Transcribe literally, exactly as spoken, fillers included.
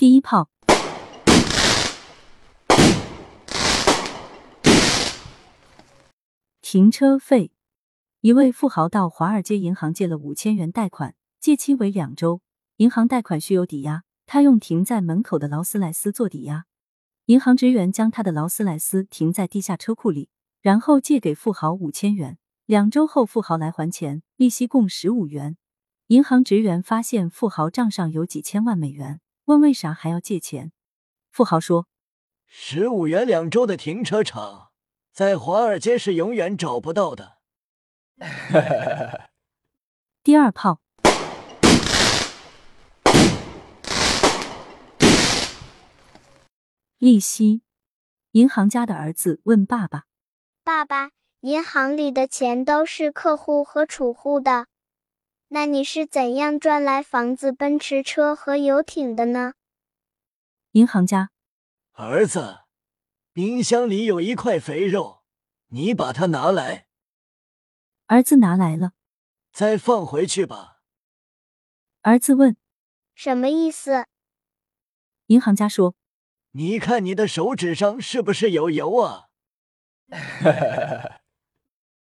第一炮，停车费。一位富豪到华尔街银行借了五千元贷款，借期为两周，银行贷款需有抵押，他用停在门口的劳斯莱斯做抵押。银行职员将他的劳斯莱斯停在地下车库里，然后借给富豪五千元。两周后富豪来还钱，利息共十五元。银行职员发现富豪账上有几千万美元，问为啥还要借钱。富豪说， 十五元两周的停车场，在华尔街是永远找不到的。 第二炮，利息。银行家的儿子问爸爸， 爸爸，银行里的钱都是客户和储户的，那你是怎样赚来房子、奔驰车和游艇的呢？ 银行家， 儿子，冰箱里有一块肥肉，你把它拿来。 儿子拿来了， 再放回去吧。 儿子问， 什么意思？ 银行家说， 你看你的手指上是不是有油啊？